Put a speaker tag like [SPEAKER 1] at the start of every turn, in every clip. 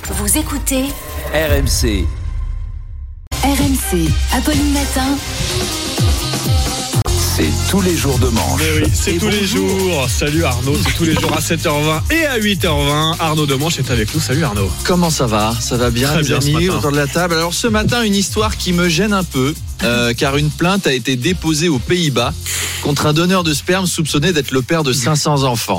[SPEAKER 1] Vous écoutez
[SPEAKER 2] RMC.
[SPEAKER 1] RMC, Apolline Matin.
[SPEAKER 2] C'est tous les jours de manche.
[SPEAKER 3] Mais oui, c'est tous les jours. Salut Arnaud, c'est tous les jours à 7h20 et à 8h20. Arnaud Demanche est avec nous. Salut Arnaud.
[SPEAKER 4] Comment ça va ? Ça va bien,
[SPEAKER 3] Très
[SPEAKER 4] les
[SPEAKER 3] bien,
[SPEAKER 4] amis, autour de la table. Alors ce matin, une histoire qui me gêne un peu, car une plainte a été déposée aux Pays-Bas contre un donneur de sperme soupçonné d'être le père de 500 enfants.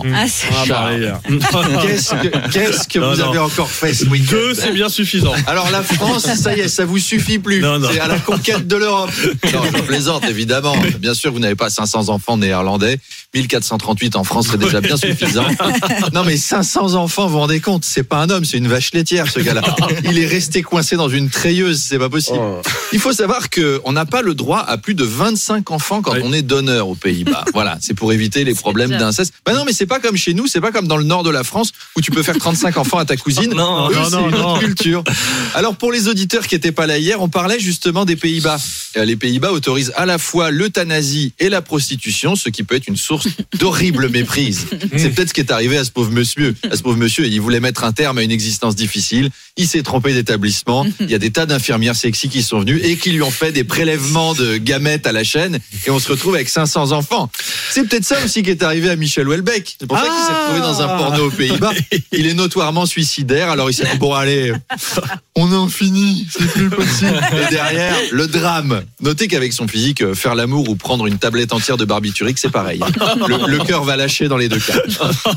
[SPEAKER 4] Qu'est-ce que vous avez encore fait ce week-end ?
[SPEAKER 3] 2, c'est bien suffisant.
[SPEAKER 4] Alors la France, ça y est, ça vous suffit plus.
[SPEAKER 3] Non.
[SPEAKER 4] C'est à la conquête de l'Europe. Non, je plaisante évidemment. Bien sûr, vous n'avez pas 500 enfants néerlandais. 1438 en France, c'est déjà bien suffisant. Non mais 500 enfants, vous vous rendez compte ? C'est pas un homme, c'est une vache laitière ce gars-là. Il est resté coincé dans une treilleuse, c'est pas possible. Il faut savoir qu'on n'a pas le droit à plus de 25 enfants quand on est donneur aux Pays-Bas. Voilà, c'est pour éviter les problèmes d'inceste. Bah non, mais c'est pas comme chez nous, c'est pas comme dans le nord de la France où tu peux faire 35 enfants à ta cousine.
[SPEAKER 3] Non,
[SPEAKER 4] c'est une autre culture. Alors pour les auditeurs qui n'étaient pas là hier, on parlait justement des Pays-Bas. Les Pays-Bas autorisent à la fois l'euthanasie et la prostitution, ce qui peut être une source d'horrible méprise. C'est peut-être ce qui est arrivé à ce pauvre monsieur. Il voulait mettre un terme à une existence difficile. Il s'est trompé d'établissement. Il y a des tas d'infirmières sexy qui sont venues et qui lui ont fait des prélèvements de gamètes à la chaîne. Et on se retrouve avec 500 enfants. C'est peut-être ça aussi qui est arrivé à Michel Houellebecq. C'est pour ça qu'il s'est retrouvé dans un porno aux Pays-Bas. Il est notoirement suicidaire. Alors il s'est dit, bon allez, on en finit, c'est plus possible. Et derrière, le drame. Notez qu'avec son physique, faire l'amour ou prendre une tablette entière de barbiturique, c'est pareil. Le cœur va lâcher dans les deux cas.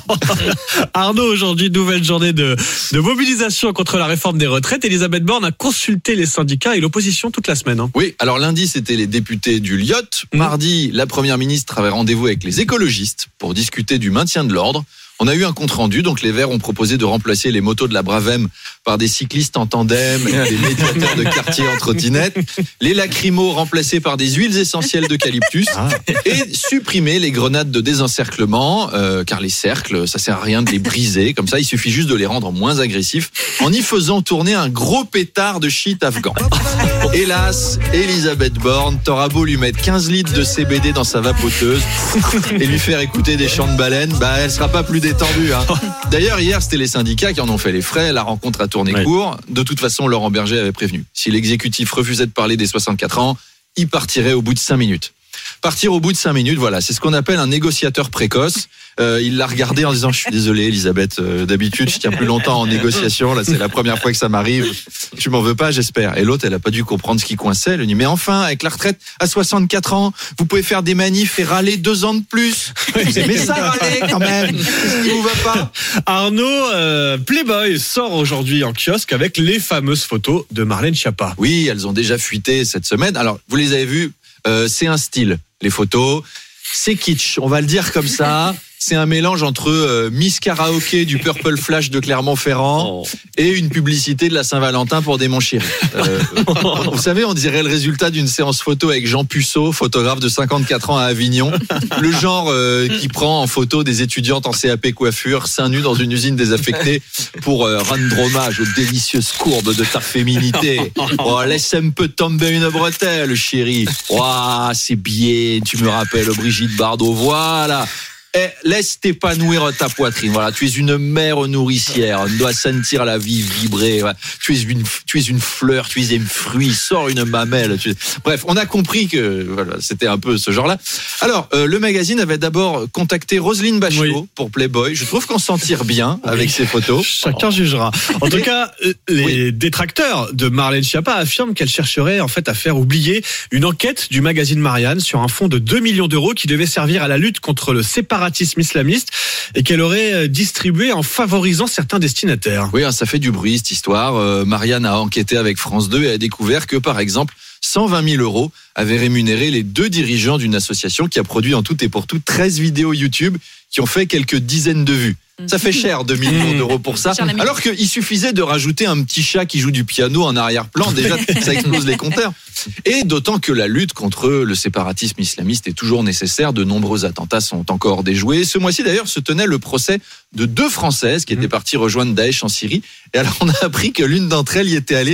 [SPEAKER 3] Arnaud, aujourd'hui, nouvelle journée de mobilisation contre la réforme des retraites. Elisabeth Borne a consulté les syndicats et l'opposition toute la semaine.
[SPEAKER 4] Oui, alors lundi, c'était les députés du LIOT. Mardi, la première ministre avait rendez-vous avec les écologistes pour discuter du maintien de l'ordre. On a eu un compte-rendu, donc les Verts ont proposé de remplacer les motos de la Bravem par des cyclistes en tandem, des médiateurs de quartier en trottinette, les lacrymos remplacés par des huiles essentielles d'eucalyptus et supprimer les grenades de désencerclement, car les cercles, ça sert à rien de les briser, comme ça il suffit juste de les rendre moins agressifs en y faisant tourner un gros pétard de shit afghan. Hélas, Elisabeth Borne, t'auras beau lui mettre 15 litres de CBD dans sa vapoteuse et lui faire écouter des chants de baleines, elle sera pas plus détendue. D'ailleurs, hier, c'était les syndicats qui en ont fait les frais. La rencontre a tourné court. De toute façon, Laurent Berger avait prévenu. Si l'exécutif refusait de parler des 64 ans, il partirait au bout de 5 minutes. Partir au bout de 5 minutes, voilà, c'est ce qu'on appelle un négociateur précoce. Il l'a regardé en disant, je suis désolé Elisabeth, d'habitude je tiens plus longtemps en négociation, là c'est la première fois que ça m'arrive, tu m'en veux pas j'espère. Et l'autre elle a pas dû comprendre ce qui coinçait, elle lui dit, mais enfin avec la retraite à 64 ans, vous pouvez faire des manifs et râler 2 ans de plus. Mais ça râler quand même, qu'est-ce qui vous va pas ?
[SPEAKER 3] Arnaud, Playboy sort aujourd'hui en kiosque avec les fameuses photos de Marlène Schiappa.
[SPEAKER 4] Oui, elles ont déjà fuité cette semaine, alors vous les avez vues, c'est un style, les photos, c'est kitsch, on va le dire comme ça. C'est un mélange entre Miss Karaoké du Purple Flash de Clermont-Ferrand et une publicité de la Saint-Valentin pour des Montchéry. Vous savez, on dirait le résultat d'une séance photo avec Jean Puceau, photographe de 54 ans à Avignon. Le genre qui prend en photo des étudiantes en CAP coiffure, seins nus dans une usine désaffectée pour rendre hommage aux délicieuses courbes de ta féminité. Oh, laisse un peu tomber une bretelle, chérie. Oh, c'est bien, tu me rappelles Brigitte Bardot, voilà. Laisse t'épanouir ta poitrine. Voilà, tu es une mère nourricière. On doit sentir la vie vibrer. Voilà. Tu es une fleur, tu es un fruit. Sors une mamelle. Bref, on a compris que voilà, c'était un peu ce genre-là. Alors, le magazine avait d'abord contacté Roselyne Bachelot pour Playboy. Je trouve qu'on s'en tire bien avec ces photos.
[SPEAKER 3] Chacun jugera. En tout cas, les détracteurs de Marlène Schiappa affirment qu'elle chercherait en fait à faire oublier une enquête du magazine Marianne sur un fonds de 2 millions d'euros qui devait servir à la lutte contre le séparatisme islamiste et qu'elle aurait distribué en favorisant certains destinataires.
[SPEAKER 4] Oui, ça fait du bruit cette histoire. Marianne a enquêté avec France 2 et a découvert que par exemple 120 000 euros avaient rémunéré les 2 dirigeants d'une association qui a produit en tout et pour tout 13 vidéos YouTube qui ont fait quelques dizaines de vues. Ça fait cher, 2 millions d'euros pour ça. Alors qu'il suffisait de rajouter un petit chat qui joue du piano en arrière-plan. Déjà, ça explose les compteurs. Et d'autant que la lutte contre le séparatisme islamiste est toujours nécessaire. De nombreux attentats sont encore déjoués. Ce mois-ci, d'ailleurs, se tenait le procès de 2 Françaises qui étaient parties rejoindre Daesh en Syrie. Et alors, on a appris que l'une d'entre elles y était allée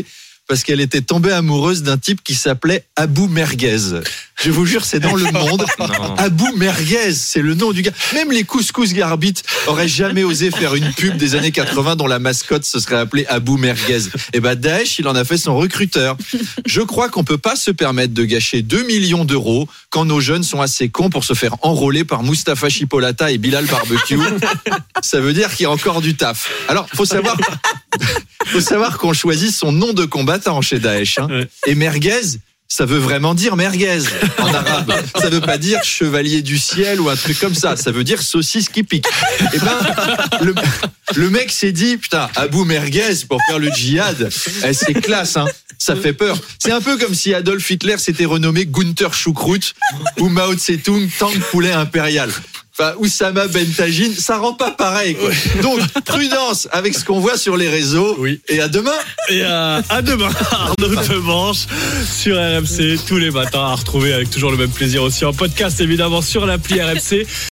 [SPEAKER 4] parce qu'elle était tombée amoureuse d'un type qui s'appelait Abou Merguez. Je vous jure, c'est dans Le Monde. Abou Merguez, c'est le nom du gars. Même les couscous Garbit auraient jamais osé faire une pub des années 80 dont la mascotte se serait appelée Abou Merguez. Et ben Daesh, il en a fait son recruteur. Je crois qu'on peut pas se permettre de gâcher 2 millions d'euros quand nos jeunes sont assez cons pour se faire enrôler par Mustapha Chipolata et Bilal Barbecue. Ça veut dire qu'il y a encore du taf. Alors, faut savoir qu'on choisit son nom de combattant chez Daesh. Et Merguez, ça veut vraiment dire merguez en arabe. Ça veut pas dire chevalier du ciel ou un truc comme ça. Ça veut dire saucisse qui pique. Et ben, le mec s'est dit, putain, Abou Merguez pour faire le djihad, c'est classe, hein. Ça fait peur. C'est un peu comme si Adolf Hitler s'était renommé Gunther Choucroute ou Mao Tse-tung Tang Poulet Impérial. Enfin, Oussama Bentagine, ça rend pas pareil, quoi. Donc, prudence avec ce qu'on voit sur les réseaux.
[SPEAKER 3] Oui.
[SPEAKER 4] Et à demain.
[SPEAKER 3] Et à demain, Arnaud Demanche sur RMC tous les matins à retrouver avec toujours le même plaisir aussi en podcast évidemment sur l'appli RMC.